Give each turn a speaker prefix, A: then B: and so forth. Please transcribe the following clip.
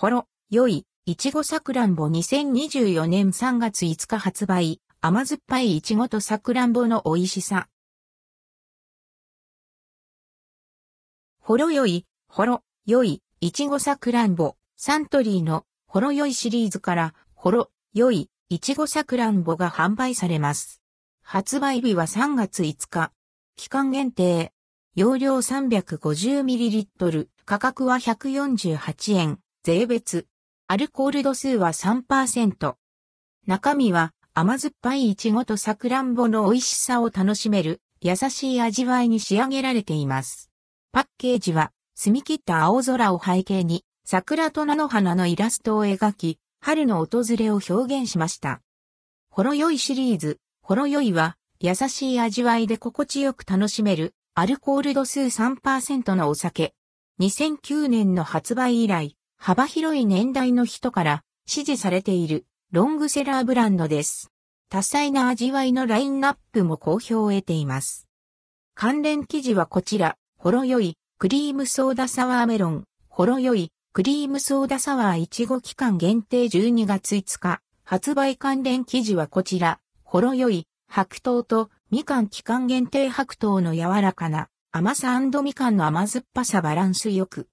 A: ほろ、よい、いちごさくらんぼ2024年3月5日発売、甘酸っぱいいちごとさくらんぼの美味しさ。ほろよい、ほろ、よい、いちごさくらんぼ、サントリーのほろよいシリーズから、ほろ、よい、いちごさくらんぼが販売されます。発売日は3月5日。期間限定。容量 350ml、価格は148円、税別。アルコール度数は 3%。中身は甘酸っぱいいちごとさくらんぼの美味しさを楽しめる優しい味わいに仕上げられています。パッケージは澄み切った青空を背景に桜と菜の花のイラストを描き、春の訪れを表現しました。ほろよいシリーズ、ほろよいは優しい味わいで心地よく楽しめるアルコール度数 3% のお酒。2009年の発売以来、幅広い年代の人から支持されているロングセラーブランドです。多彩な味わいのラインナップも好評を得ています。関連記事はこちら、ほろよい、クリームソーダサワーメロン、ほろよい、クリームソーダサワーいちご期間限定12月5日、発売関連記事はこちら、ほろよい、白桃とみかん期間限定白桃の柔らかな甘さ&みかんの甘酸っぱさバランスよく。